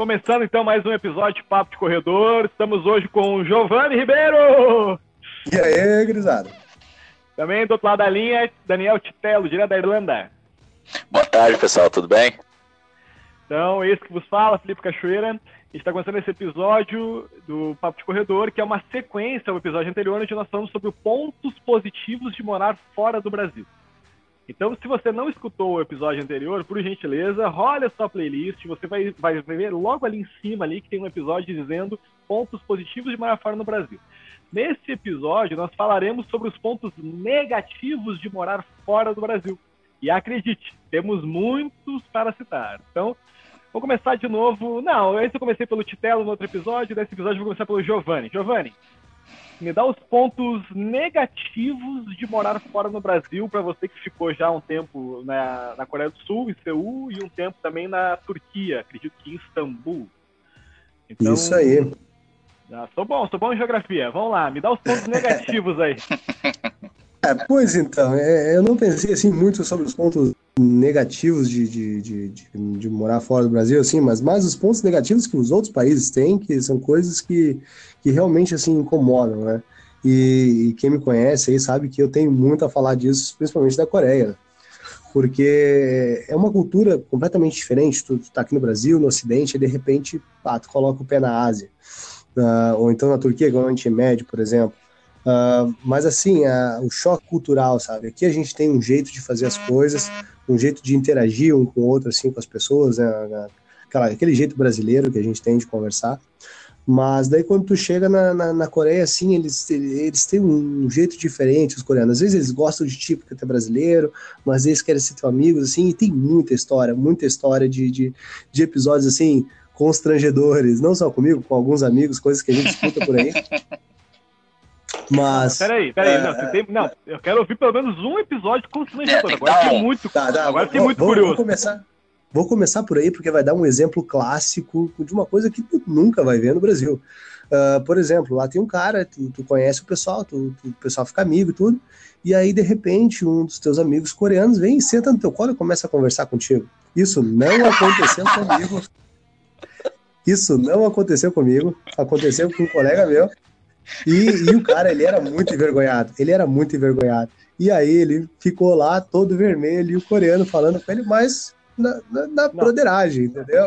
Começando então mais um episódio de Papo de Corredor. Estamos hoje com o Giovanni Ribeiro. E aí, gurizada? Também do outro lado da linha, Daniel Titello, direto da Irlanda. Boa tarde, pessoal, tudo bem? Então, esse que vos fala, Felipe Cachoeira. A gente está começando esse episódio do Papo de Corredor, que é uma sequência ao episódio anterior, onde nós falamos sobre pontos positivos de morar fora do Brasil. Então, se você não escutou o episódio anterior, por gentileza, role a sua playlist, você vai ver logo ali em cima ali que tem um episódio dizendo pontos positivos de morar fora no Brasil. Nesse episódio, nós falaremos sobre os pontos negativos de morar fora do Brasil. E acredite, temos muitos para citar. Então, vou começar de novo. Não, antes eu comecei pelo Titello no outro episódio, nesse episódio eu vou começar pelo Giovanni. Giovanni, me dá os pontos negativos de morar fora no Brasil, para você que ficou já um tempo na Coreia do Sul, em Seul, e um tempo também na Turquia, acredito que em Istambul. Então, isso aí. Sou bom em geografia. Vamos lá, me dá os pontos negativos aí. Pois então, eu não pensei assim muito sobre os pontos negativos de morar fora do Brasil, assim, mas mais os pontos negativos que os outros países têm, que são coisas que realmente assim incomodam, né? E quem me conhece aí sabe que eu tenho muito a falar disso, principalmente da Coreia, né? Porque é uma cultura completamente diferente. Tu tá aqui no Brasil, no Ocidente, e de repente tu coloca o pé na Ásia, ou então na Turquia, que é um Oriente Médio, por exemplo. Mas assim, o choque cultural, sabe? Aqui a gente tem um jeito de fazer as coisas, um jeito de interagir um com o outro, assim, com as pessoas, né? Aquele jeito brasileiro que a gente tem de conversar. Mas daí quando tu chega na Coreia, assim, eles têm um jeito diferente, os coreanos. Às vezes eles gostam de ti porque tu é brasileiro, mas eles querem ser teu amigo, assim, e tem muita história de episódios, assim, constrangedores, não só comigo, com alguns amigos, coisas que a gente escuta por aí. Mas... Peraí, não, eu quero ouvir pelo menos um episódio constrangedor. Agora fiquei muito curioso. Vou começar por aí, porque vai dar um exemplo clássico de uma coisa que tu nunca vai ver no Brasil. Por exemplo, lá tem um cara, tu conhece o pessoal, o pessoal fica amigo e tudo, e aí, de repente, um dos teus amigos coreanos vem e senta no teu colo e começa a conversar contigo. Isso não aconteceu comigo. Isso não aconteceu comigo. Aconteceu com um colega meu. E o cara, ele era muito envergonhado. E aí ele ficou lá todo vermelho e o coreano falando com ele, mas na broderagem, entendeu?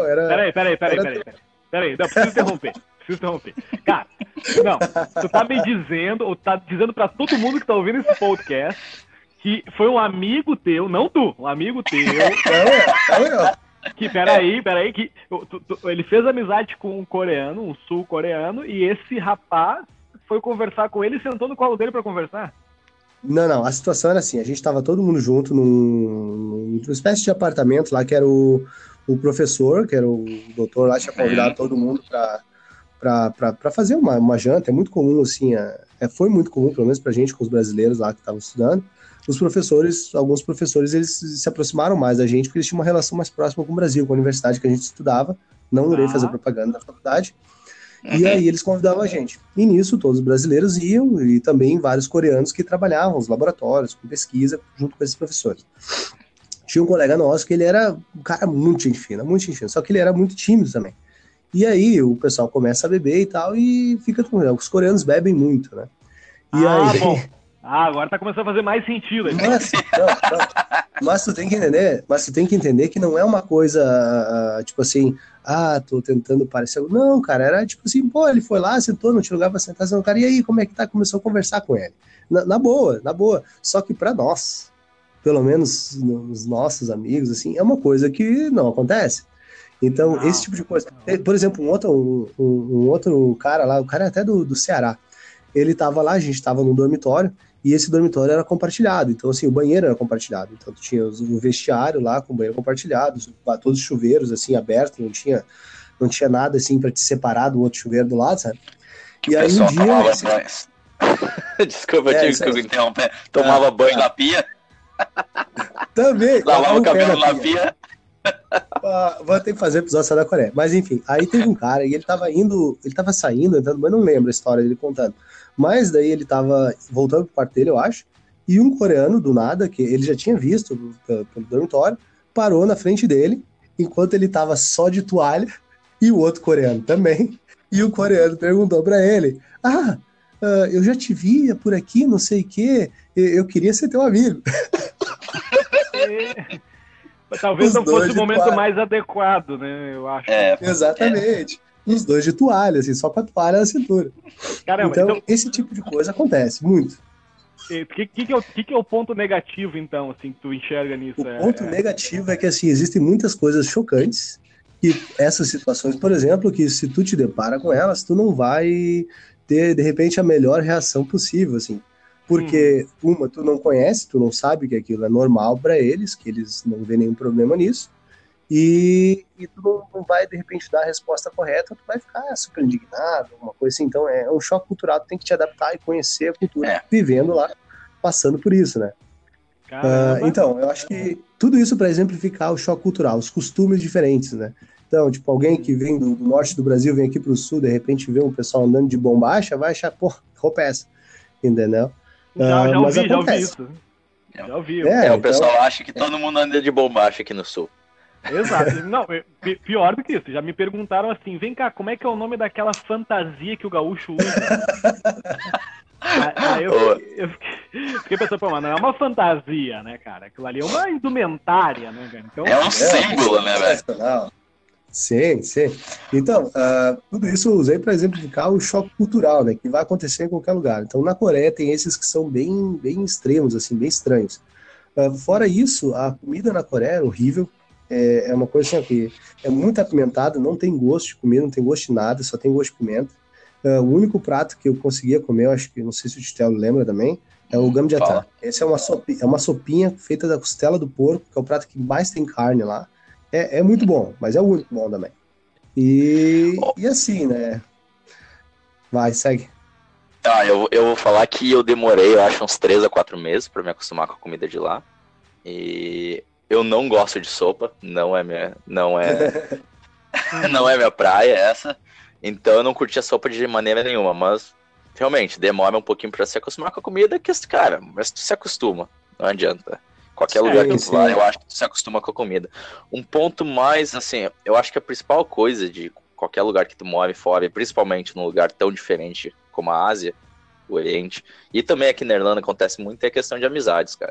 Peraí, não, preciso interromper. Cara, não, tu tá me dizendo, ou tá dizendo pra todo mundo que tá ouvindo esse podcast, que foi um amigo teu, não tu, um amigo teu. Que, peraí, que ele fez amizade com um coreano, um sul-coreano, e esse rapaz foi conversar com ele e sentou no colo dele pra conversar? Não, a situação era assim, a gente tava todo mundo junto numa espécie de apartamento lá, que era o professor, que era o doutor lá, tinha convidado todo mundo pra fazer uma janta. É muito comum, assim, foi muito comum, pelo menos pra gente, com os brasileiros lá que estavam estudando. Alguns professores, eles se aproximaram mais da gente, porque eles tinham uma relação mais próxima com o Brasil, com a universidade que a gente estudava. Não irei fazer propaganda da faculdade. E aí eles convidavam a gente. E nisso todos os brasileiros iam, e também vários coreanos que trabalhavam nos laboratórios, com pesquisa, junto com esses professores. Tinha um colega nosso que ele era um cara muito gente fina, só que ele era muito tímido também. E aí o pessoal começa a beber e tal, e fica com ele. Os coreanos bebem muito, né? E aí... bom. Agora tá começando a fazer mais sentido. Mas tu tem que entender que não é uma coisa, tipo assim, tô tentando parecer... Não, cara, era tipo assim, ele foi lá, sentou, não tinha lugar pra sentar, cara, e aí, como é que tá? Começou a conversar com ele. Na boa. Só que pra nós, pelo menos nos nossos amigos, assim, é uma coisa que não acontece. Então, esse tipo de coisa... Por exemplo, um outro cara lá, o cara é até do Ceará, ele tava lá, a gente tava num dormitório, e esse dormitório era compartilhado, então assim, o banheiro era compartilhado, então tu tinha o vestiário lá com o banheiro compartilhado, todos os chuveiros assim, abertos, não tinha nada assim pra te separar do outro chuveiro do lado, sabe? E aí um dia... Desculpa, eu tive que interromper. Tomava banho na pia? Também. Lavava o cabelo na pia? Vou ter que fazer episódio só da Coreia. Mas enfim, aí teve um cara e ele tava saindo, entrando, mas não lembro a história dele contando. Mas daí ele tava voltando pro quarto dele, eu acho, e um coreano, do nada, que ele já tinha visto pelo dormitório, parou na frente dele, enquanto ele tava só de toalha, E o outro coreano também. E o coreano perguntou para ele: eu já te via por aqui, não sei o quê, eu queria ser teu amigo. Talvez não fosse o momento toalha. mais adequado, né? Eu acho. Exatamente. Os dois de toalha, assim, só com a toalha na cintura. Caramba, então, esse tipo de coisa acontece muito. O que é o ponto negativo, então, assim, que tu enxerga nisso? O ponto negativo é que, assim, existem muitas coisas chocantes, que essas situações, por exemplo, que se tu te depara com elas, tu não vai ter, de repente, a melhor reação possível, assim. Porque, tu não conhece, tu não sabe que aquilo é normal para eles, que eles não vêem nenhum problema nisso, e tu não vai, de repente, dar a resposta correta, tu vai ficar super indignado, alguma coisa assim. Então, é um choque cultural, tu tem que te adaptar e conhecer a cultura vivendo lá, passando por isso, né? Então, eu acho que tudo isso para exemplificar o choque cultural, os costumes diferentes, né? Então, tipo, alguém que vem do norte do Brasil, vem aqui pro sul, de repente vê um pessoal andando de bombacha, vai achar, pô, roupa é essa? Entendeu? Já mas ouvi acontece. isso. Já ouvi. O pessoal acha que todo mundo anda de bombacha aqui no sul. Exato. Não, pior do que isso. Já me perguntaram assim, vem cá, como é que é o nome daquela fantasia que o gaúcho usa? Aí eu fiquei pensando, pô, mas não é uma fantasia, né, cara? Aquilo ali é uma indumentária, né, cara? Então, é um símbolo, né, velho? Sim. Então, tudo isso eu usei para exemplificar o choque cultural, né, que vai acontecer em qualquer lugar. Então, na Coreia tem esses que são bem, bem extremos, assim, bem estranhos. Fora isso, a comida na Coreia é horrível. É uma coisa assim, que é muito apimentada, não tem gosto de comida, não tem gosto de nada, só tem gosto de pimenta. O único prato que eu conseguia comer, eu acho que, não sei se o Titelo lembra também, é o gamjatá. Essa é uma sopinha feita da costela do porco, que é o prato que mais tem carne lá. É muito bom, mas é o único bom também. E assim, né? Vai, segue. Eu vou falar que eu demorei, eu acho, uns 3 a 4 meses para me acostumar com a comida de lá. E eu não gosto de sopa, não é não é minha praia essa. Então eu não curti a sopa de maneira nenhuma, mas realmente demora um pouquinho para se acostumar com a comida, que, cara, mas tu se acostuma, não adianta. Qualquer lugar que tu vai, eu acho que tu se acostuma com a comida. Um ponto mais, assim, eu acho que a principal coisa de qualquer lugar que tu more fora, e principalmente num lugar tão diferente como a Ásia, o Oriente, e também aqui na Irlanda acontece muito, é a questão de amizades, cara.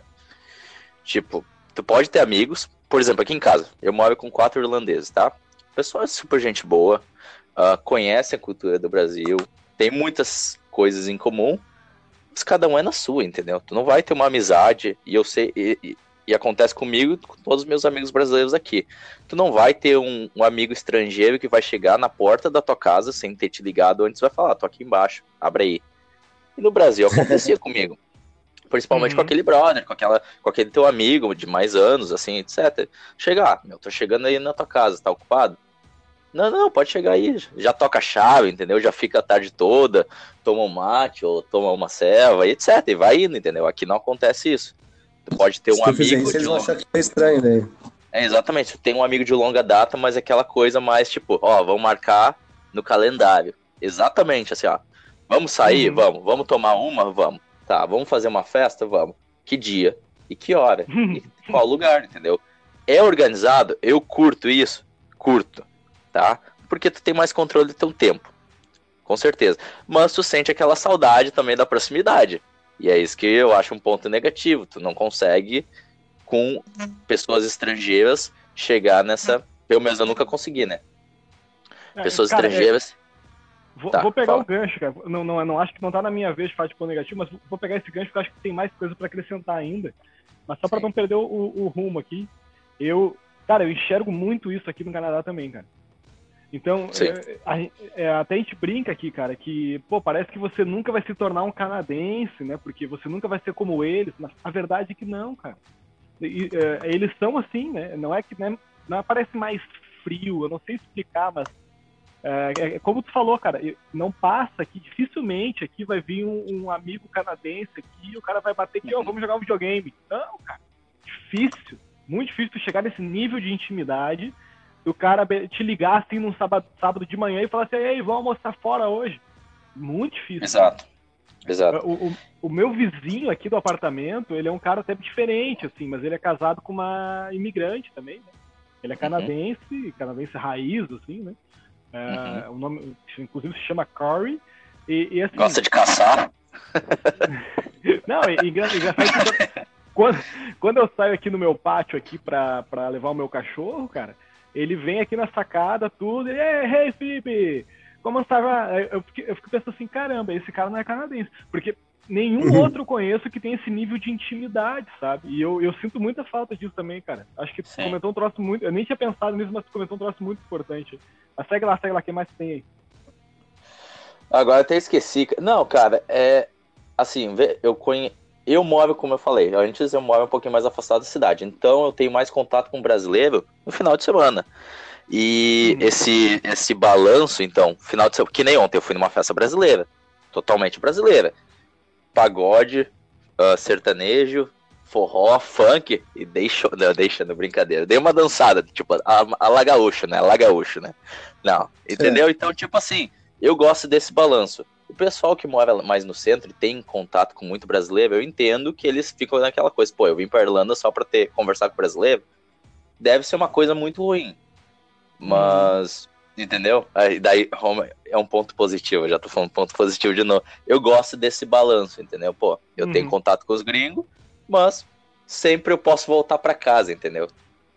Tipo, tu pode ter amigos, por exemplo, aqui em casa, eu moro com 4 irlandeses, tá? Pessoal é super gente boa, conhece a cultura do Brasil, tem muitas coisas em comum, mas cada um é na sua, entendeu? Tu não vai ter uma amizade, e eu sei, e acontece comigo e com todos os meus amigos brasileiros aqui. Tu não vai ter um amigo estrangeiro que vai chegar na porta da tua casa sem ter te ligado antes, vai falar, tô aqui embaixo, abre aí. E no Brasil acontecia comigo. Principalmente com aquele brother, com aquele teu amigo de mais anos, assim, etc. Chegar, tô chegando aí na tua casa, tá ocupado? Não, pode chegar aí, já toca a chave, entendeu? Já fica a tarde toda, toma um mate ou toma uma ceva, etc. E vai indo, entendeu? Aqui não acontece isso. Tu pode ter um amigo de longa... achar que é estranho, né? Exatamente, tu tem um amigo de longa data, mas é aquela coisa mais tipo, vamos marcar no calendário. Exatamente, assim, vamos sair? Vamos tomar uma? Vamos. Tá, vamos fazer uma festa? Vamos. Que dia? E que hora? E qual lugar, entendeu? É organizado? Eu curto isso? Curto. Tá? Porque tu tem mais controle do teu tempo, com certeza. Mas tu sente aquela saudade também da proximidade. E é isso que eu acho um ponto negativo. Tu não consegue, com pessoas estrangeiras, chegar nessa... Pelo menos eu nunca consegui, né? Pessoas estrangeiras... Vou pegar o gancho, cara. Não acho que não tá na minha vez de falar de ponto negativo, mas vou pegar esse gancho porque eu acho que tem mais coisa para acrescentar ainda. Mas só para não perder o rumo aqui, eu enxergo muito isso aqui no Canadá também, cara. Então, até a gente brinca aqui, cara, que, parece que você nunca vai se tornar um canadense, né? Porque você nunca vai ser como eles. Mas a verdade é que não, cara. Eles são assim, né? Não é que não parece mais frio, eu não sei explicar, mas como tu falou, cara, não passa aqui, dificilmente aqui vai vir um amigo canadense aqui e o cara vai bater aqui, vamos jogar um videogame. Não, cara, difícil, muito difícil tu chegar nesse nível de intimidade, o cara te ligar assim num sábado de manhã e falar assim, ei, vamos almoçar fora hoje. Muito difícil. Exato. O meu vizinho aqui do apartamento, ele é um cara até diferente, assim, mas ele é casado com uma imigrante também, né? Ele é canadense raiz, assim, né? O nome, inclusive, se chama Corey. E assim, Gosta de caçar? Não, engraçado que quando eu saio aqui no meu pátio aqui pra levar o meu cachorro, cara, ele vem aqui na sacada, tudo, e hey, Felipe, como estava? Eu fico pensando assim, caramba, esse cara não é canadense, porque nenhum outro conheço que tem esse nível de intimidade, sabe? E eu sinto muita falta disso também, cara. Acho que tu comentou um troço muito, eu nem tinha pensado nisso, mas tu comentou um troço muito importante. Mas segue lá, o que mais tem aí? Agora até esqueci. Não, cara, assim, eu moro, como eu falei, antes eu moro um pouquinho mais afastado da cidade, então eu tenho mais contato com o brasileiro no final de semana. E esse balanço, então, final de semana, que nem ontem eu fui numa festa brasileira, totalmente brasileira. Pagode, sertanejo, forró, funk, e deixando brincadeira. Dei uma dançada, tipo, a la gaúcho, né? La gaúcho, né? Não, entendeu? Então, tipo assim, eu gosto desse balanço. O pessoal que mora mais no centro e tem contato com muito brasileiro, eu entendo que eles ficam naquela coisa, pô, eu vim pra Irlanda só pra conversar com brasileiro, deve ser uma coisa muito ruim. Mas, entendeu? Aí, daí é um ponto positivo, eu já tô falando ponto positivo de novo. Eu gosto desse balanço, entendeu? Pô, eu tenho contato com os gringos, mas sempre eu posso voltar pra casa, entendeu?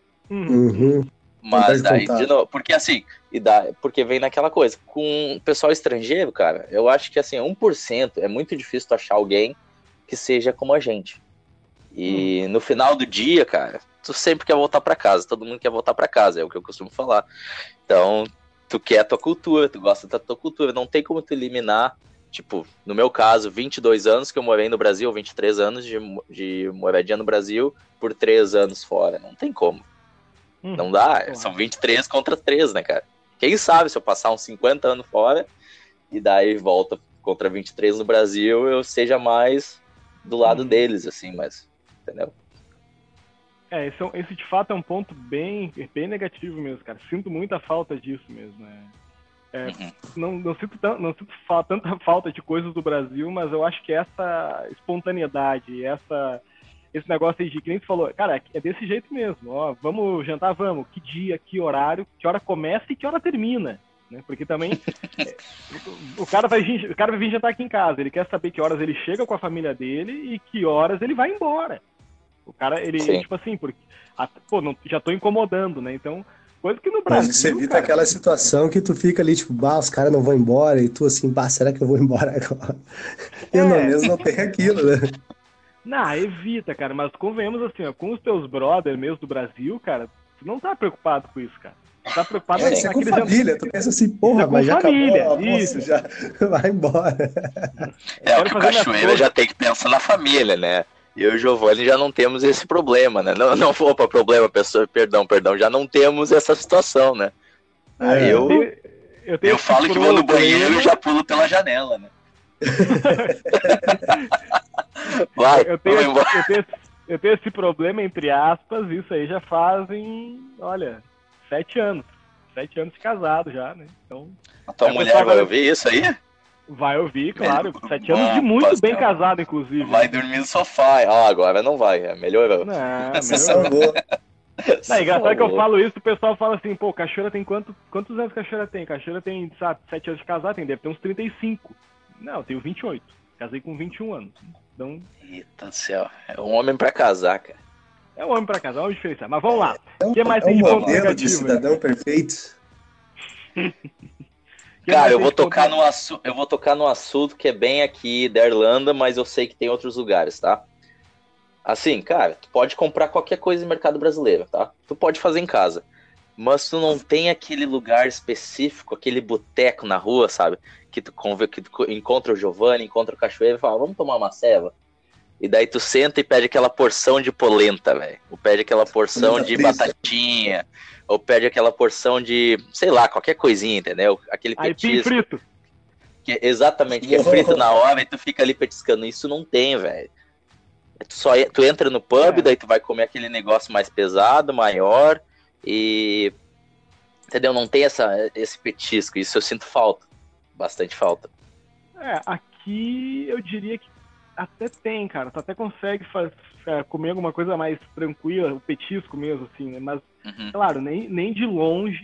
Mas daí, de novo, porque assim, porque vem naquela coisa, com o pessoal estrangeiro, cara, eu acho que assim, 1% é muito difícil tu achar alguém que seja como a gente. E no final do dia, cara, tu sempre quer voltar pra casa, todo mundo quer voltar pra casa, é o que eu costumo falar. Então, tu quer a tua cultura, tu gosta da tua cultura, não tem como tu eliminar, tipo, no meu caso, 22 anos que eu morei no Brasil, 23 anos de moradia no Brasil, por 3 anos fora, não tem como. Não dá, são 23 contra 3, né, cara? Quem sabe se eu passar uns 50 anos fora e daí volta contra 23 no Brasil, eu seja mais do lado deles, assim, mas, entendeu? Esse de fato é um ponto bem negativo mesmo, cara. Sinto muita falta disso mesmo, não sinto tanta falta de coisas do Brasil, mas eu acho que essa espontaneidade, esse negócio aí de que nem tu falou, cara, é desse jeito mesmo, ó, vamos jantar, vamos, que dia, que horário, que hora começa e que hora termina, né? Porque também o cara vai vir jantar aqui em casa, ele quer saber que horas ele chega com a família dele e que horas ele vai embora. O cara, ele tipo assim, porque já tô incomodando, né? Então, coisa que no Brasil, mas você evita aquela situação que tu fica ali, tipo, os caras não vão embora, e tu assim, será que eu vou embora agora? Eu não mesmo não tenho aquilo, né? Não, evita, cara, mas convenhamos assim, ó, com os teus brothers mesmo do Brasil, cara, tu não tá preocupado com isso, cara. Tu tá preocupado isso é com família, tu pensa assim, porra, mas já família, acabou o almoço, já vai embora. O que o Cachoeira já tem que pensar na família, né? E eu e o Giovanni já não temos esse problema, né? Não for para problema, pessoa, perdão, já não temos essa situação, né? Aí eu falo que vou no banheiro e já pulo pela janela, né? Vai, eu tenho esse problema, entre aspas, isso aí já fazem, olha, 7 anos. 7 anos de casado já, né? Então, a tua mulher vai ouvir isso aí? Vai ouvir, claro. 7 anos de muito bem casado, inclusive. Vai dormir no sofá. Agora não vai. Melhorou. Melhorou. É engraçado que eu falo isso, o pessoal fala assim, pô, Cachoeira tem quantos anos Cachoeira tem? Cachoeira tem, sabe, 7 anos de casado, deve ter uns 35. Não, eu tenho 28. Casei com 21 anos. Então... Eita do céu. É um homem pra casar, cara. É um homem pra casar, vamos diferenciar. Mas vamos lá. O que mais tem de ponto negativo? De cidadão perfeito. Cara, eu vou tocar no assunto que é bem aqui da Irlanda, mas eu sei que tem outros lugares, tá? Assim, cara, tu pode comprar qualquer coisa no mercado brasileiro, tá? Tu pode fazer em casa. Mas tu não tem aquele lugar específico, aquele boteco na rua, sabe? Que tu encontra o Giovanni, encontra o Cachoeiro e fala, vamos tomar uma ceva? E daí tu senta e pede aquela porção de polenta, velho. Ou pede aquela porção de batatinha. Ou pede aquela porção de, sei lá, qualquer coisinha, entendeu? Aquele petisco. Frito. Exatamente, que é frito na hora e tu fica ali petiscando. Isso não tem, velho. Tu entra no pub, daí tu vai comer aquele negócio mais pesado, maior. E... entendeu? Não tem esse petisco. Isso eu sinto falta. Bastante falta. Aqui eu diria que até tem, cara. Tu até consegue comer alguma coisa mais tranquila, o petisco mesmo, assim, né? Mas, claro, nem de longe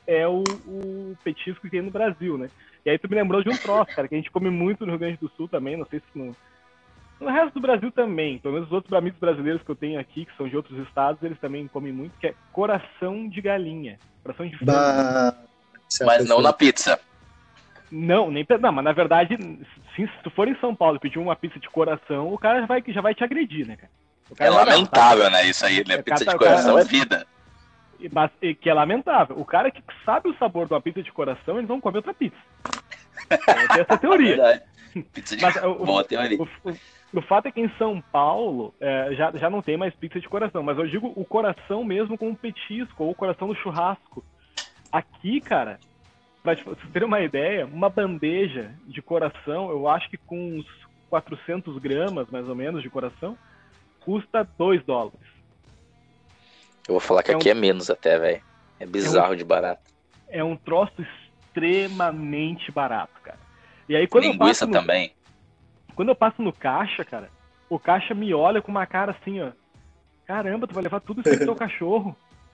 é o petisco que tem no Brasil, né? E aí tu me lembrou de um troço, cara, que a gente come muito no Rio Grande do Sul também, não sei se no resto do Brasil também, pelo menos os outros amigos brasileiros que eu tenho aqui, que são de outros estados, eles também comem muito, que é coração de galinha, coração de frango. Mas não na pizza. Não, mas na verdade, se tu for em São Paulo e pedir uma pizza de coração, o cara já vai te agredir, né, cara? É lamentável, né? Isso aí, né? Pizza de coração é vida. Mas que é lamentável. O cara que sabe o sabor de uma pizza de coração, eles vão comer outra pizza. Tem essa teoria. Verdade. Pizza de boa teoria. O fato é que em São Paulo já não tem mais pizza de coração, mas eu digo o coração mesmo como um petisco, ou o coração do churrasco. Aqui, cara, pra vocês terem uma ideia, uma bandeja de coração, eu acho que com uns 400 gramas, mais ou menos, de coração, custa $2. Eu vou falar que aqui é menos até, velho. É bizarro de barato. É um troço extremamente barato, cara. E aí quando linguiça também. Quando eu passo no caixa, cara, o caixa me olha com uma cara assim, ó. Caramba, tu vai levar tudo isso aí pro teu cachorro.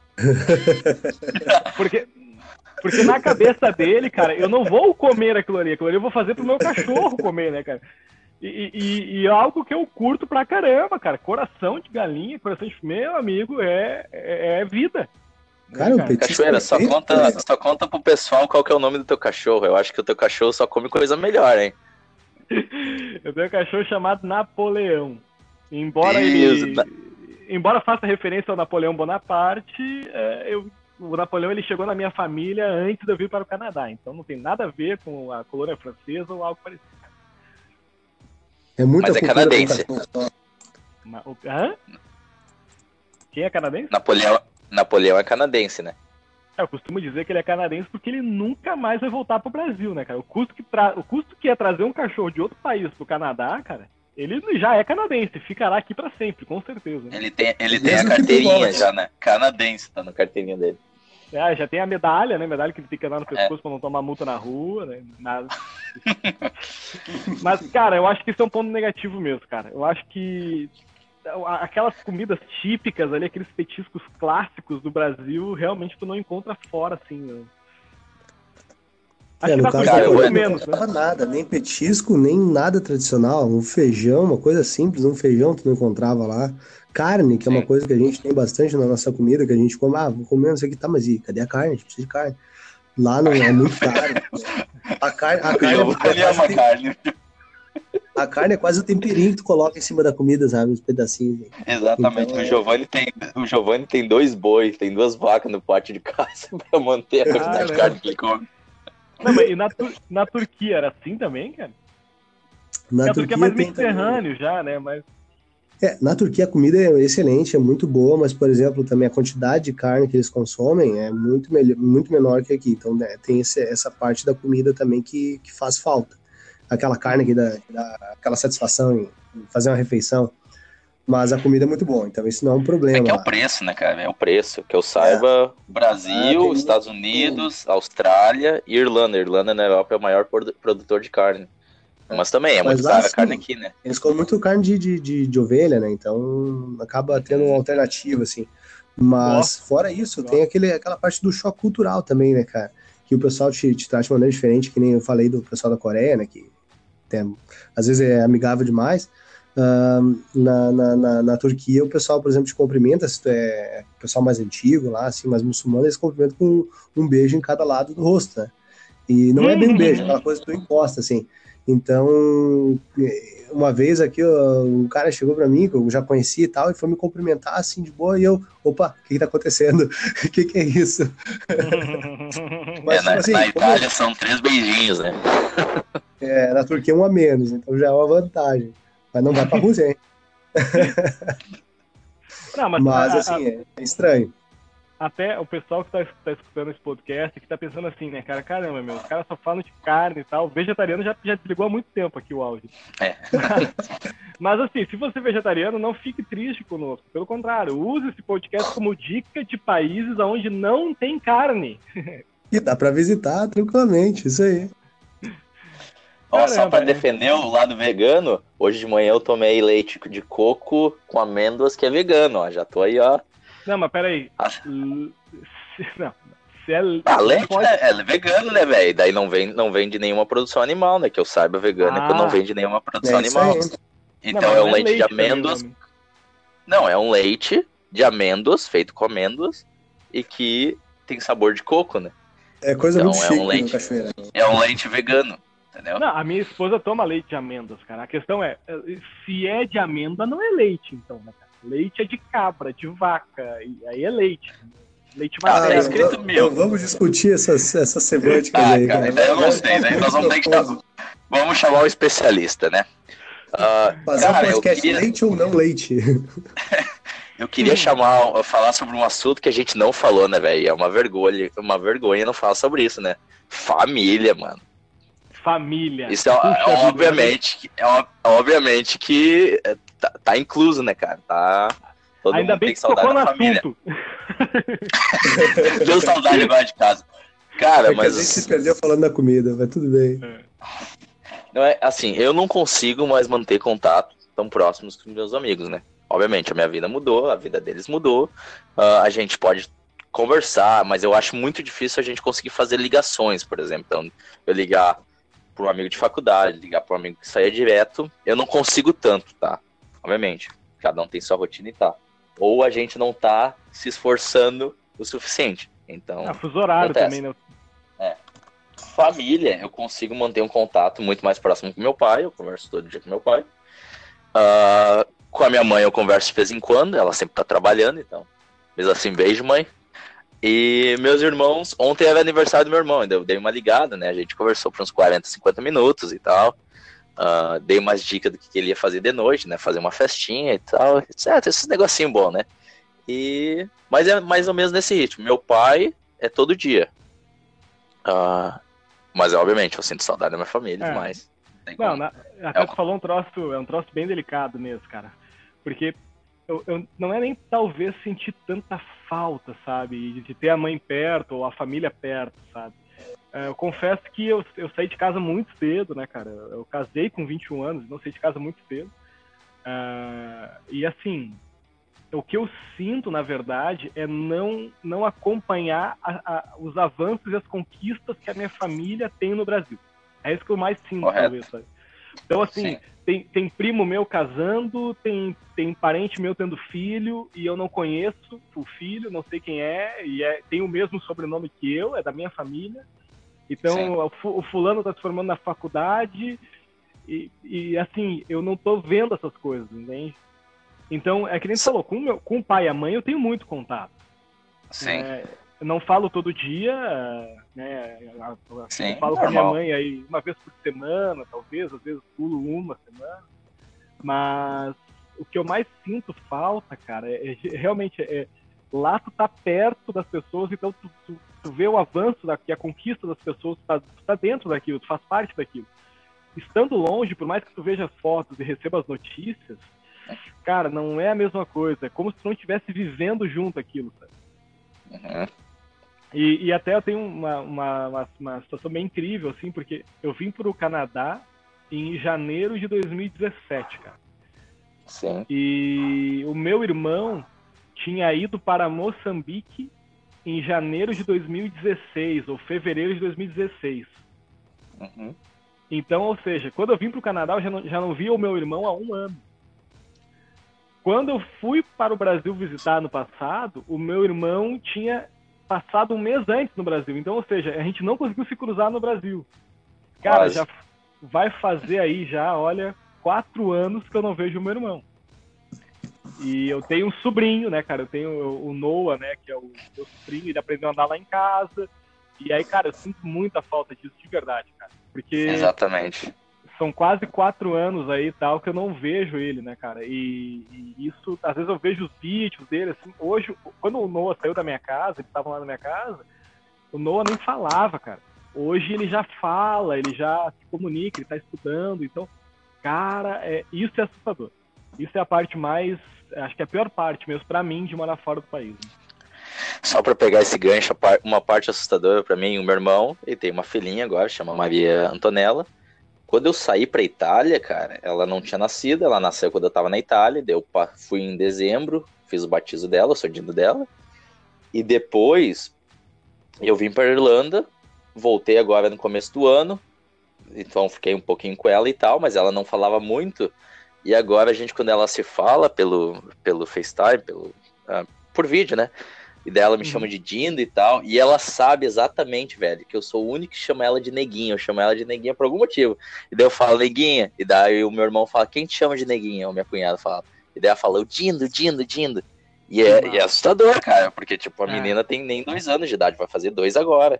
Porque na cabeça dele, cara, eu não vou comer aquilo ali eu vou fazer pro meu cachorro comer, né, cara? E é algo que eu curto pra caramba, cara. Coração de galinha, coração de... Meu amigo, é vida. Cara, o petisco Cachoeira, só conta pro pessoal qual que é o nome do teu cachorro. Eu acho que o teu cachorro só come coisa melhor, hein? Eu tenho um cachorro chamado Napoleão. Embora faça referência ao Napoleão Bonaparte, o Napoleão ele chegou na minha família antes de eu vir para o Canadá. Então não tem nada a ver com a colônia francesa ou algo parecido. Mas é canadense. Hã? Quem é canadense? Napoleão é canadense, né? Eu costumo dizer que ele é canadense porque ele nunca mais vai voltar pro Brasil, né, cara? O custo que é trazer um cachorro de outro país pro Canadá, cara, ele já é canadense, ficará aqui pra sempre, com certeza. Né? Ele tem a carteirinha já, né? Canadense, tá na carteirinha dele. Já tem a medalha, né? Medalha que ele tem que andar no pescoço pra não tomar multa na rua, né? Nada. Mas, cara, eu acho que isso é um ponto negativo mesmo, cara. Eu acho que aquelas comidas típicas ali, aqueles petiscos clássicos do Brasil, realmente tu não encontra fora, assim, né? Acho que no tá caso muito menos, não encontrava nada, nem petisco, nem nada tradicional. Um feijão, uma coisa simples, um feijão tu não encontrava lá. Carne, que é uma coisa que a gente tem bastante na nossa comida, que a gente come, vou comer, não sei o que, tá, mas e cadê a carne? A gente precisa de carne. Lá não é muito caro. A carne A carne é quase o temperinho que tu coloca em cima da comida, sabe? Os pedacinhos. Exatamente. Então, o Giovanni tem 2 bois, tem 2 vacas no pátio de casa pra manter a quantidade de carne que ele come. Não, mas e na Turquia era assim também, cara? Na Turquia é mais mediterrâneo já, né? Mas... na Turquia a comida é excelente, é muito boa, mas, por exemplo, também a quantidade de carne que eles consomem é muito menor que aqui. Então, tem essa parte da comida também que faz falta. Aquela carne que dá aquela satisfação em fazer uma refeição. Mas a comida é muito boa, então isso não é um problema. É que é o preço, né, cara? É o preço. Que eu saiba, Brasil, Estados Unidos, Austrália e Irlanda. Irlanda na Europa é o maior produtor de carne. Mas também é muito cara a carne aqui, né? Eles comem muito carne de ovelha, né? Então acaba tendo uma alternativa, assim. Mas fora isso, tem aquela parte do choque cultural também, né, cara? Que o pessoal te trata de maneira diferente, que nem eu falei do pessoal da Coreia, né? Que às vezes é amigável demais. Na Turquia, o pessoal, por exemplo, te cumprimenta, se tu é o pessoal mais antigo lá, assim, mais muçulmano, eles cumprimentam com um beijo em cada lado do rosto, né? E não é bem um beijo, é aquela coisa que tu encosta, assim. Então, uma vez aqui, um cara chegou pra mim, que eu já conheci e tal, e foi me cumprimentar, assim, de boa, e eu, opa, o que tá acontecendo? O que é isso? Mas, assim, na Itália são 3 beijinhos, né? Na Turquia 1 a menos, então já é uma vantagem. Mas não vai pra Rússia, hein? Não, mas assim, é estranho. Até o pessoal que tá escutando esse podcast, que tá pensando assim, né, cara? Caramba, meu, os caras só falam de carne e tal. O vegetariano já desligou há muito tempo aqui o áudio. Mas assim, se você é vegetariano, não fique triste conosco. Pelo contrário, use esse podcast como dica de países onde não tem carne. E dá pra visitar tranquilamente, isso aí. Só pra defender o lado vegano, hoje de manhã eu tomei leite de coco com amêndoas, que é vegano, ó. Já tô aí, ó. Não, mas peraí. Não. Se é leite pode... é vegano, né, velho? Daí não vende nenhuma produção animal, né? Que eu saiba, vegano é quando não vende nenhuma produção isso animal. aí. Então mas é não um leite de leite também o amêndoas. nome. Não, é um leite de amêndoas, feito com amêndoas, e que tem sabor de coco, né? É coisa Então muito é um chique, meu leite. Cachoeira. É um leite vegano, entendeu? Não, a minha esposa toma leite de amêndoas, cara. A questão é, se é de amêndoa, não é leite, então, né, cara? Leite é de cabra, de vaca, e aí é leite. Leite Tá materno. escrito milk. Vamos discutir essas semânticas aí, cara, cara. daí eu gostei. Daí nós vamos ter que vamos chamar o especialista, né? Fazer um Cara, podcast leite ou não leite? eu queria falar sobre um assunto que a gente não falou, né, velho? É uma vergonha não falar sobre isso, né? Família, mano. Família. Isso obviamente que tá incluso, né, cara? Todo Ainda mundo bem tem que saudade tocou no da família. assunto. Deu saudade agora de casa. Cara, mas... a gente se perdeu falando da comida, mas tudo bem. Não é, assim, eu não consigo mais manter contato tão próximos com meus amigos, né? Obviamente, a minha vida mudou, a vida deles mudou. A gente pode conversar, mas eu acho muito difícil a gente conseguir fazer ligações, por exemplo. Então, eu ligar para um amigo de faculdade, ligar para um amigo que saia direto, eu não consigo tanto, tá? Obviamente, cada um tem sua rotina e tá. Ou a gente não tá se esforçando o suficiente. Então, fuso horário acontece. também, né? Família, eu consigo manter um contato muito mais próximo com meu pai, eu converso todo dia com meu pai. Com a minha mãe eu converso de vez em quando, ela sempre tá trabalhando, então, mesmo assim, beijo, mãe. E meus irmãos, ontem era aniversário do meu irmão, ainda eu dei uma ligada, né, a gente conversou por uns 40, 50 minutos e tal. Dei umas dicas do que ele ia fazer de noite, né, fazer uma festinha e tal, etc, esses negocinho bom, né. Mas é mais ou menos nesse ritmo, meu pai é todo dia. Mas obviamente eu sinto saudade da minha família demais. Até tu falou é um troço bem delicado mesmo, cara. Porque eu não é nem talvez sentir tanta falta, sabe? De ter a mãe perto ou a família perto, sabe? Eu confesso que eu saí de casa muito cedo, né, cara? Eu casei com 21 anos, não saí de casa muito cedo. E assim, o que eu sinto, na verdade, é não acompanhar os avanços e as conquistas que a minha família tem no Brasil. É isso que eu mais sinto, talvez, sabe? Então, assim, tem primo meu casando, tem parente meu tendo filho, e eu não conheço o filho, não sei quem é, tem o mesmo sobrenome que eu, é da minha família. Então, o fulano está se formando na faculdade, e assim, eu não tô vendo essas coisas, entende? Então, é que nem você falou, com o pai e a mãe eu tenho muito contato. Sim. Eu não falo todo dia, né? Eu falo com a minha mãe aí uma vez por semana, talvez, às vezes pulo uma semana. Mas o que eu mais sinto falta, cara, realmente lá tu tá perto das pessoas, então tu vê o avanço daqui, a conquista das pessoas, tu tá dentro daquilo, tu faz parte daquilo. Estando longe, por mais que tu veja as fotos e receba as notícias, cara, não é a mesma coisa. É como se tu não estivesse vivendo junto aquilo, sabe? Uhum. E até eu tenho uma situação bem incrível, assim, porque eu vim pro Canadá em janeiro de 2017, cara. Sim. E o meu irmão tinha ido para Moçambique em janeiro de 2016, ou fevereiro de 2016. Uhum. Então, ou seja, quando eu vim pro Canadá, eu já não via o meu irmão há 1 ano. Quando eu fui para o Brasil visitar no passado, o meu irmão tinha passado 1 mês antes no Brasil. Então, ou seja, a gente não conseguiu se cruzar no Brasil. Cara, já vai fazer aí já, olha, 4 anos que eu não vejo o meu irmão. E eu tenho um sobrinho, né, cara? Eu tenho o Noah, né, que é o meu sobrinho, ele aprendeu a andar lá em casa. E aí, cara, eu sinto muita falta disso, de verdade, cara. Porque... Exatamente. São quase 4 anos aí tal que eu não vejo ele, né, cara? E isso, às vezes eu vejo os vídeos dele, assim, hoje, quando o Noah saiu da minha casa, eles estavam lá na minha casa, o Noah nem falava, cara. Hoje ele já fala, ele já se comunica, ele tá estudando, então, cara, isso é assustador. Isso é a parte mais, acho que é a pior parte mesmo pra mim de morar fora do país. Né? Só pra pegar esse gancho, uma parte assustadora pra mim, o meu irmão, ele tem uma filhinha agora, chama Maria Antonella. Quando eu saí pra Itália, cara, ela não tinha nascido, ela nasceu quando eu tava na Itália, daí eu fui em dezembro, fiz o batismo dela, o sordido dela, e depois Eu vim para Irlanda, voltei agora no começo do ano, então fiquei um pouquinho com ela e tal, mas ela não falava muito. E agora a gente, quando ela se fala pelo FaceTime, por vídeo, né? E daí ela me chama de Dindo e tal. E ela sabe exatamente, velho, que eu sou o único que chama ela de Neguinha. Eu chamo ela de Neguinha por algum motivo. E daí eu falo, Neguinha. E daí o meu irmão fala, quem te chama de Neguinha? Ou minha cunhada fala. E daí ela fala, o Dindo, Dindo, Dindo. E é assustador, cara, porque, tipo, a menina tem nem 2 anos de idade, vai fazer 2 agora.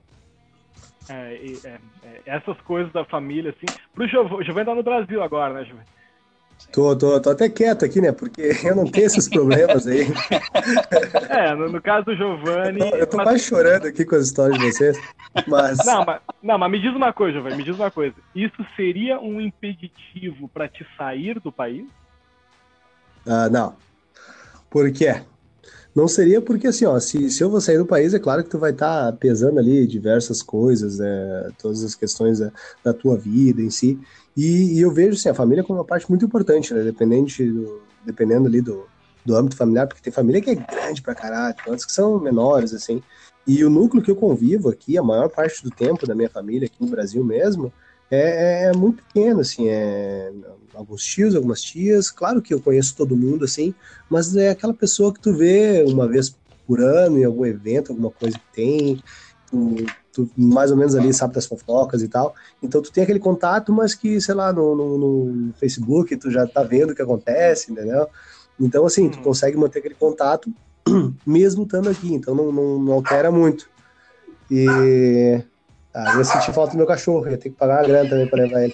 Essas coisas da família, assim. Pro Giovanni tá no Brasil agora, né, Giovanni? Tô até quieto aqui, né? Porque eu não tenho esses problemas aí. No caso do Giovanni. Eu tô quase chorando aqui com as histórias de vocês. Mas. Não, mas me diz uma coisa, Giovanni, me diz uma coisa. Isso seria um impeditivo para te sair do país? Não. Por quê? Não seria porque, assim, ó, se eu vou sair do país, é claro que tu vai estar pesando ali diversas coisas, todas as questões da tua vida em si. E eu vejo, assim, a família como uma parte muito importante, né? Dependendo ali do âmbito familiar, porque tem família que é grande pra caralho, tem outras que são menores, assim. E o núcleo que eu convivo aqui, a maior parte do tempo da minha família aqui no Brasil mesmo, é muito pequeno, assim, alguns tios, algumas tias, claro que eu conheço todo mundo, assim, mas é aquela pessoa que tu vê uma vez por ano em algum evento, alguma coisa que tem, tu mais ou menos ali sabe das fofocas e tal, então tu tem aquele contato, mas que, sei lá, no Facebook tu já tá vendo o que acontece, entendeu? Então, assim, tu consegue manter aquele contato mesmo estando aqui, então não altera muito. E... eu ia sentir falta do meu cachorro, ia ter que pagar a grana também para levar ele.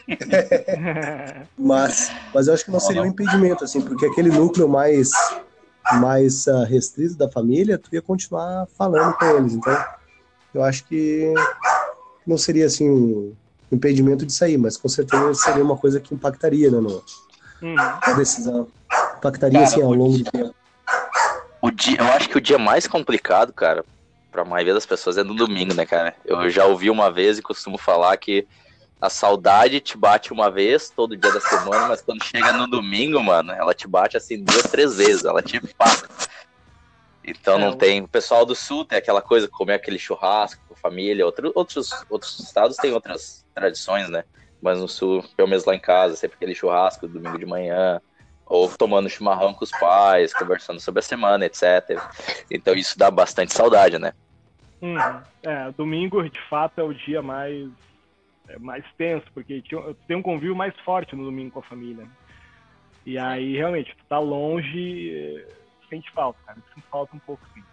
mas eu acho que não seria um impedimento, assim, porque aquele núcleo mais restrito da família, tu ia continuar falando com eles. Então, eu acho que não seria, assim, um impedimento de sair, mas com certeza seria uma coisa que impactaria, né, na decisão. Impactaria, cara, assim, ao longo do tempo. Eu acho que o dia mais complicado, cara, pra maioria das pessoas é no domingo, né, cara? Eu já ouvi uma vez e costumo falar que a saudade te bate uma vez todo dia da semana, mas quando chega no domingo, mano, ela te bate assim 2, 3 vezes, ela te passa. Então não tem. O pessoal do sul tem aquela coisa, comer aquele churrasco com a família. Outros estados têm outras tradições, né? Mas no sul, pelo menos lá em casa, sempre aquele churrasco domingo de manhã, ou tomando chimarrão com os pais, conversando sobre a semana, etc. Então isso dá bastante saudade, né? Domingo de fato é o dia mais tenso, porque tem um convívio mais forte no domingo com a família. E aí, realmente, tu tá longe, sente falta, cara. Sente falta um pouco, sim.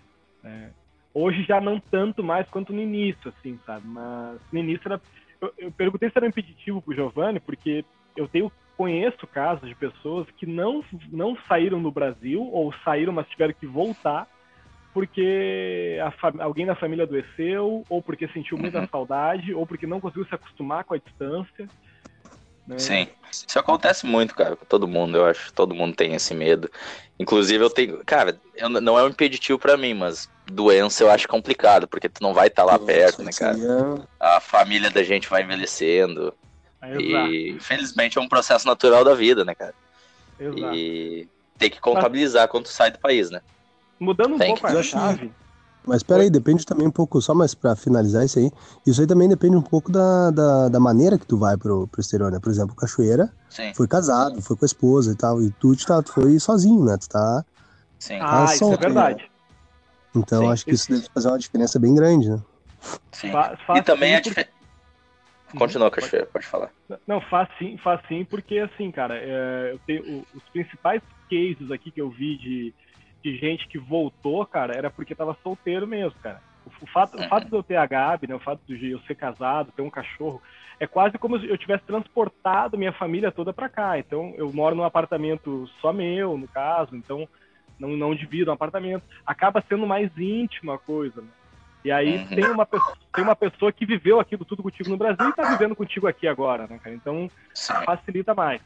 Hoje já não tanto mais quanto no início, assim, sabe? Mas no início era... Eu perguntei se era um impeditivo pro Giovanni, porque eu conheço casos de pessoas que não saíram do Brasil, ou saíram, mas tiveram que voltar, porque alguém da família adoeceu, ou porque sentiu muita saudade, ou porque não conseguiu se acostumar com a distância. Né? Sim, isso acontece muito, cara, com todo mundo, eu acho. Todo mundo tem esse medo. Inclusive, eu tenho... Cara, não é um impeditivo pra mim, mas doença eu acho complicado, porque tu não vai estar lá perto, né, cara? A família da gente vai envelhecendo. E, infelizmente, é um processo natural da vida, né, cara? Exato. E tem que contabilizar quando tu sai do país, né? Mudando um pouco a chave... Mas espera aí, depende também um pouco, só mais pra finalizar isso aí também depende um pouco da maneira que tu vai pro exterior, né? Por exemplo, o Cachoeira foi casado, foi com a esposa e tal, e tu foi sozinho, né? Tu tá... Sim. Tá isso é verdade. Né? Então, acho que isso deve fazer uma diferença bem grande, né? Sim. E também a diferença... Continua, Cachoeira, pode falar. Não, faz sim, porque assim, cara, eu tenho os principais cases aqui que eu vi de gente que voltou, cara, era porque tava solteiro mesmo, cara. O fato de eu ter a Gabi, né, o fato de eu ser casado, ter um cachorro, é quase como se eu tivesse transportado minha família toda pra cá. Então, eu moro num apartamento só meu, no caso, então não divido um apartamento. Acaba sendo mais íntima a coisa, né? E aí tem uma pessoa que viveu aquilo tudo contigo no Brasil e tá vivendo contigo aqui agora, né, cara? Então, facilita mais.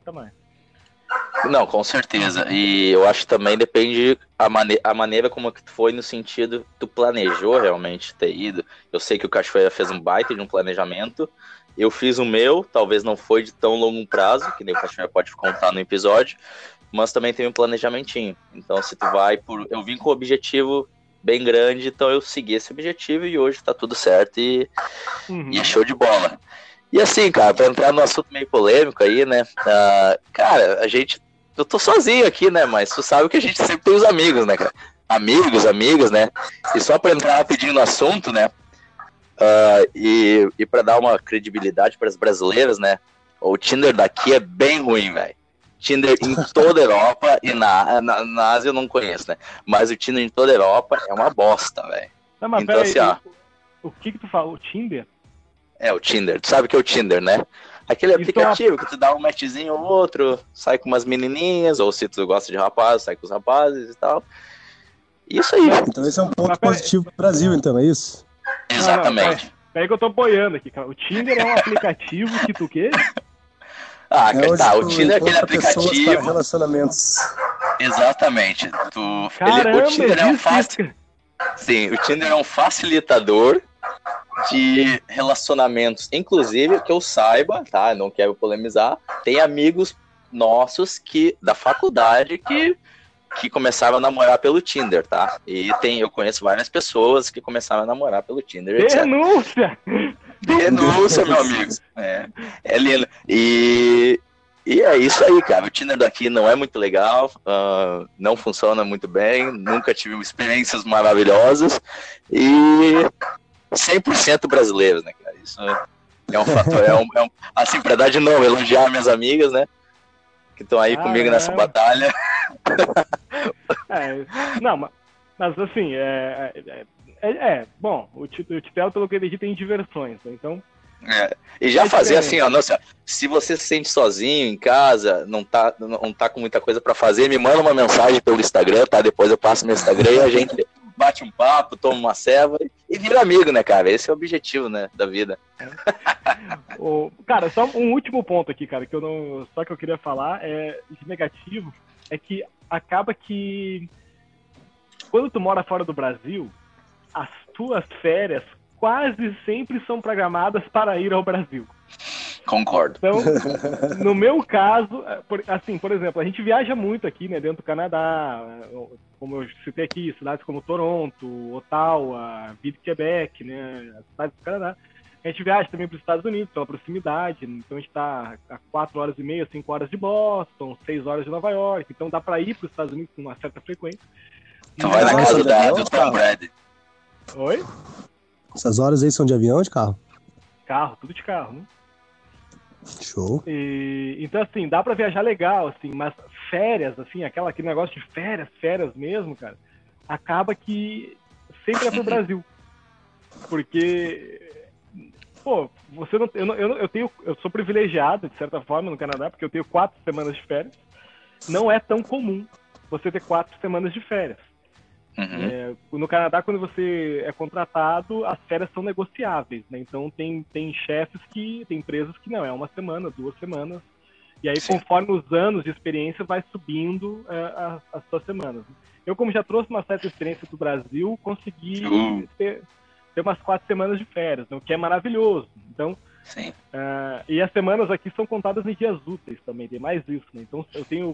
Não, com certeza. E eu acho que também depende a maneira como que tu foi, no sentido tu planejou realmente ter ido. Eu sei que o Cachoeira fez um baita de um planejamento. Eu fiz o meu, talvez não foi de tão longo prazo, que nem o Cachoeira pode contar no episódio, mas também tem um planejamentinho. Então, se tu vai por... Eu vim com o objetivo bem grande, então eu segui esse objetivo e hoje tá tudo certo e é show de bola. E assim, cara, pra entrar num assunto meio polêmico aí, né? Cara, eu tô sozinho aqui, né? Mas tu sabe que a gente sempre tem os amigos, né, cara? Amigas, né? E só pra entrar rapidinho no assunto, né? E pra dar uma credibilidade para as brasileiras, né? O Tinder daqui é bem ruim, velho. Tinder em toda a Europa e na Ásia eu não conheço, né? Mas o Tinder em toda a Europa é uma bosta, velho. Mas então, assim, o que tu falou? O Tinder? O Tinder. Tu sabe que é o Tinder, né? Aquele aplicativo que tu dá um matchzinho ou outro, sai com umas menininhas, ou se tu gosta de rapaz, sai com os rapazes e tal. Isso aí. Então esse é um ponto positivo pro Brasil, então, é isso? Exatamente. Peraí que eu tô boiando aqui, cara. O Tinder é um aplicativo que tu quê? O Tinder é aquele aplicativo. Para relacionamentos. Exatamente. Caramba, o Tinder é um Sim, o Tinder é um facilitador de relacionamentos. Inclusive, que eu saiba, tá? Não quero polemizar. Tem amigos nossos da faculdade que começaram a namorar pelo Tinder, tá? E eu conheço várias pessoas que começaram a namorar pelo Tinder, etc. Denúncia, meu amigo. É lindo. E é isso aí, cara. O Tinder daqui não é muito legal, não funciona muito bem, nunca tive experiências maravilhosas e 100% brasileiros, né, cara? Isso é um fator, assim, pra dar de novo, elogiar minhas amigas, né? Que estão aí comigo nessa batalha. Não, mas assim, bom, o Titelo, pelo que ele diz, tem diversões, né? Então... E já fazer assim, ó, nossa, se você se sente sozinho em casa, não tá com muita coisa pra fazer, me manda uma mensagem pelo Instagram, tá? Depois eu passo meu Instagram e a gente bate um papo, toma uma ceva e vira amigo, né, cara? Esse é o objetivo, né, da vida. Cara, só um último ponto aqui, cara, que eu queria falar de negativo, é que acaba que quando tu mora fora do Brasil, as tuas férias quase sempre são programadas para ir ao Brasil. Concordo. Então, no meu caso, assim, por exemplo, a gente viaja muito aqui, né, dentro do Canadá, como eu citei aqui, cidades como Toronto, Ottawa, Ville de Quebec, né, as cidades do Canadá. A gente viaja também para os Estados Unidos, pela proximidade, então a gente está a 4 horas e meia, 5 horas de Boston, 6 horas de Nova York, então dá para ir para os Estados Unidos com uma certa frequência. Então vai na casa do Tom Brady. Oi? Essas horas aí são de avião ou de carro? Carro, tudo de carro, né? Show. Então, assim, dá pra viajar legal, assim, mas férias, assim, aquele negócio de férias mesmo, cara, acaba que sempre é pro Brasil. Porque, pô, você não... Eu sou privilegiado, de certa forma, no Canadá, porque eu tenho 4 semanas de férias. Não é tão comum você ter 4 semanas de férias. No Canadá, quando você é contratado, as férias são negociáveis, né? Então tem chefes tem empresas que não, é 1 semana, 2 semanas, e aí sim, conforme os anos de experiência vai subindo as suas semanas. Eu, como já trouxe uma certa experiência do Brasil, consegui ter umas 4 semanas de férias, né? O que é maravilhoso. Então, sim. E as semanas aqui são contadas em dias úteis também, tem mais isso, né? Então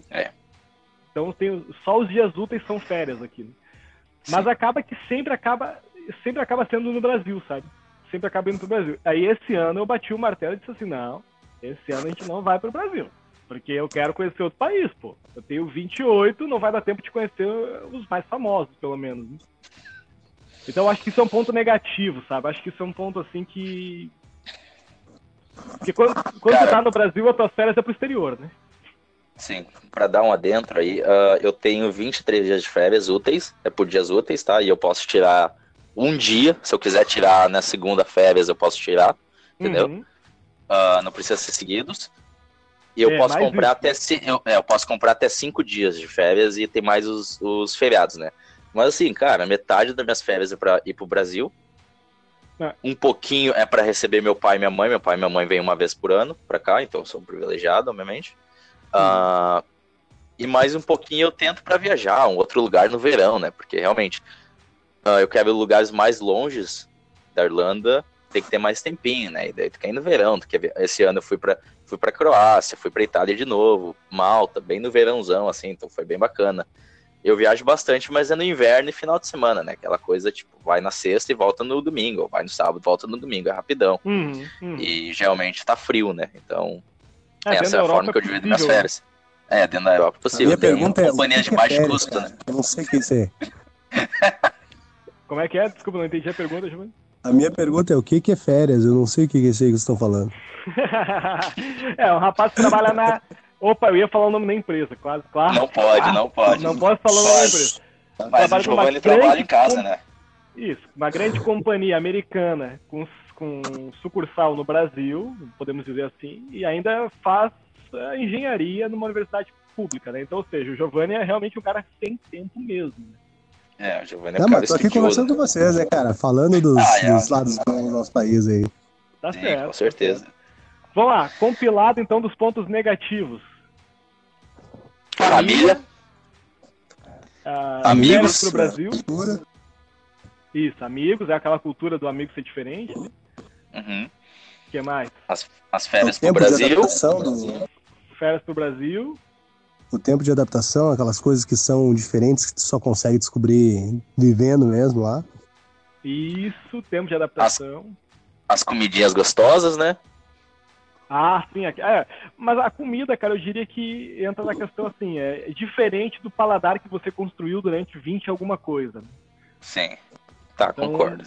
eu tenho só os dias úteis são férias aqui, né? Mas acaba que sempre acaba sendo no Brasil, sabe? Sempre acaba indo pro Brasil. Aí esse ano eu bati o martelo e disse assim, não, esse ano a gente não vai pro Brasil, porque eu quero conhecer outro país, pô. Eu tenho 28, não vai dar tempo de conhecer os mais famosos, pelo menos, né? Então eu acho que isso é um ponto negativo, sabe? Acho que isso é um ponto assim que... Porque quando você tá no Brasil, as tuas férias é pro exterior, né? Sim, para dar um adentro aí, eu tenho 23 dias de férias úteis, é por dias úteis, tá? E eu posso tirar um dia, se eu quiser tirar na segunda férias, eu posso tirar, entendeu? Não precisa ser seguidos. E eu posso comprar eu posso comprar até 5 dias de férias e ter mais os feriados, né? Mas assim, cara, metade das minhas férias é pra ir pro Brasil. Um pouquinho é para receber meu pai e minha mãe. Meu pai e minha mãe vêm uma vez por ano pra cá, então eu sou um privilegiado, obviamente. E mais um pouquinho eu tento para viajar um outro lugar no verão, né? Porque realmente eu quero lugares mais longes da Irlanda, tem que ter mais tempinho, né? E daí tu quer ir no verão. Esse ano eu fui pra Croácia, fui pra Itália de novo, Malta, bem no verãozão, assim, então foi bem bacana. Eu viajo bastante, mas é no inverno e final de semana, né? Aquela coisa, tipo, vai na sexta e volta no domingo, ou vai no sábado e volta no domingo, é rapidão. E geralmente tá frio, né? Então, essa é a forma que eu divido minhas férias. Dentro da Europa é possível. Minha pergunta é, companhia de baixo custo, cara? né? Eu não sei o que isso é. Como é que é? Desculpa, não entendi a pergunta, Giovanni. A minha pergunta é, o que é férias? Eu não sei o que é isso aí que vocês estão falando. Um rapaz que trabalha na... Opa, eu ia falar o nome da empresa, claro. Não pode. Não posso falar o nome da empresa. Mas o Giovanni trabalha em casa, né? Isso, uma grande companhia americana com sucursal no Brasil, podemos dizer assim, e ainda faz engenharia numa universidade pública, né? Então, ou seja, o Giovanni é realmente um cara sem tempo mesmo. O Giovanni é um cara mas tô aqui conversando com vocês, né, cara? Falando dos lados bons do nosso país aí. Tá certo. Com certeza. Vamos lá, compilado então dos pontos negativos. Família. Amigos pro Brasil. Isso, amigos, é aquela cultura do amigo ser diferente. Né? O que mais? As férias pro Brasil. Férias pro Brasil. O tempo de adaptação, aquelas coisas que são diferentes que tu só consegue descobrir vivendo mesmo lá. Isso, tempo de adaptação. As comidinhas gostosas, né? Sim. Mas a comida, cara, eu diria que entra na questão assim, é diferente do paladar que você construiu durante 20 e alguma coisa. Sim, então, concordo.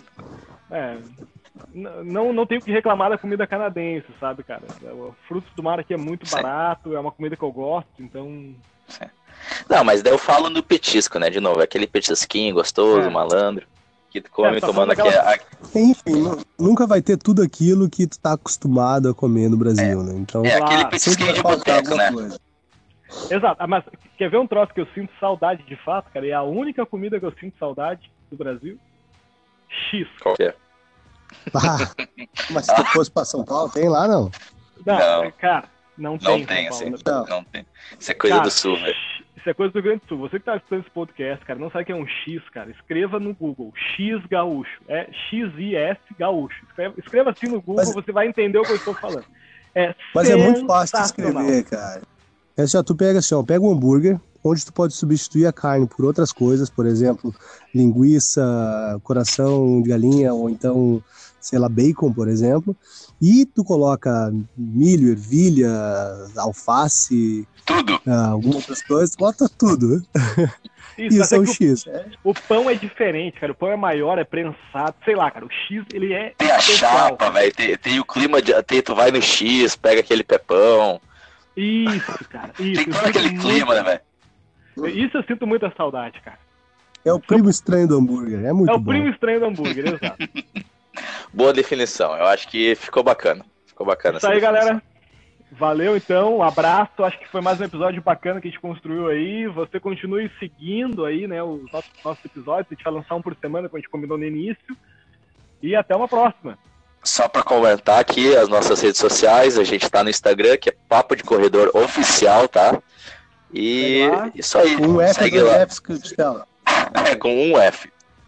Não tenho que reclamar da comida canadense, sabe, cara? O frutos do mar aqui é muito barato, é uma comida que eu gosto, então... Sim. Não, mas daí eu falo no petisco, né, de novo, aquele petisquinho gostoso, malandro. Que tu come tomando Enfim, nunca vai ter tudo aquilo que tu tá acostumado a comer no Brasil, né? Então, aquele petisquinho de boteco, né? Exato, mas quer ver um troço que eu sinto saudade de fato, cara? E é a única comida que eu sinto saudade do Brasil? X. Qual que é? Mas se tu fosse pra São Paulo, tem lá, não? Não, cara, não tem. Não tem, assim, não tem. Isso é coisa do Sul, velho. Isso é coisa do Rio Grande do Sul. Você que tá assistindo esse podcast, cara, não sabe o que é um X, cara, escreva no Google. X gaúcho. É XIS gaúcho. Escreva assim no Google, você vai entender o que eu estou falando. Mas é muito fácil de escrever, cara. Tu pega assim, pega um hambúrguer, onde tu pode substituir a carne por outras coisas, por exemplo, linguiça, coração de galinha, ou então, sei lá, bacon, por exemplo, e tu coloca milho, ervilha, alface, tudo, algumas outras coisas, bota tudo. Isso é o X. O pão é diferente, cara, o pão é maior, é prensado, sei lá, cara, o X, ele é tem a chapa, velho, tem o clima, tu vai no X, pega aquele pepão. Isso, cara, isso. Tem todo aquele clima, né, velho? Isso eu sinto muita saudade, cara. É o primo estranho do hambúrguer, é muito bom. É o primo estranho do hambúrguer, exato. Boa definição, eu acho que ficou bacana. Isso aí, galera. Valeu, então. Um abraço. Acho que foi mais um episódio bacana que a gente construiu aí. Você continue seguindo aí, né, os nossos episódios. A gente vai lançar um por semana, como a gente combinou no início. E até uma próxima. Só para comentar aqui as nossas redes sociais, a gente tá no Instagram, que é Papo de Corredor Oficial, tá? E isso aí. Com um F, segue lá. F, com um F.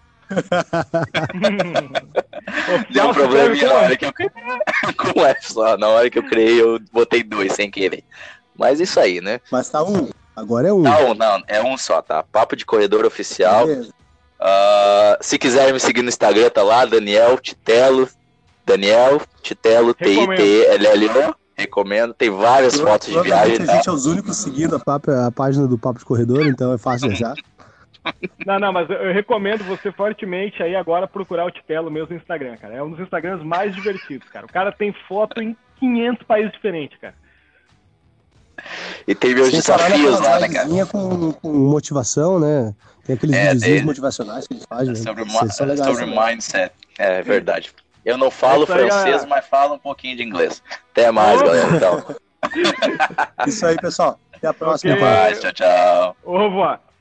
Deu um probleminha na hora que eu com um F só. Na hora que eu criei, eu botei 2 sem querer. Mas isso aí, né? Mas tá um. Agora é um. Não, é um só, tá? Papo de Corredor Oficial. Se quiserem me seguir no Instagram, tá lá, Daniel Titelo, TITLO. Recomendo, tem várias fotos de viagem. A gente é os únicos seguindo a página do Papo de Corredor, então é fácil de achar. Não, mas eu recomendo você fortemente aí agora procurar o Titelo mesmo no Instagram, cara. É um dos Instagrams mais divertidos, cara. O cara tem foto em 500 países diferentes, cara. E tem meus desafios lá, né, cara? Com motivação, né? Tem aqueles vídeos motivacionais que a gente faz, né? Sobre mindset. É verdade. Eu não falo francês, mas falo um pouquinho de inglês. Até mais, galera. Então. Isso aí, pessoal. Até a próxima. Até mais. Tchau. Au revoir.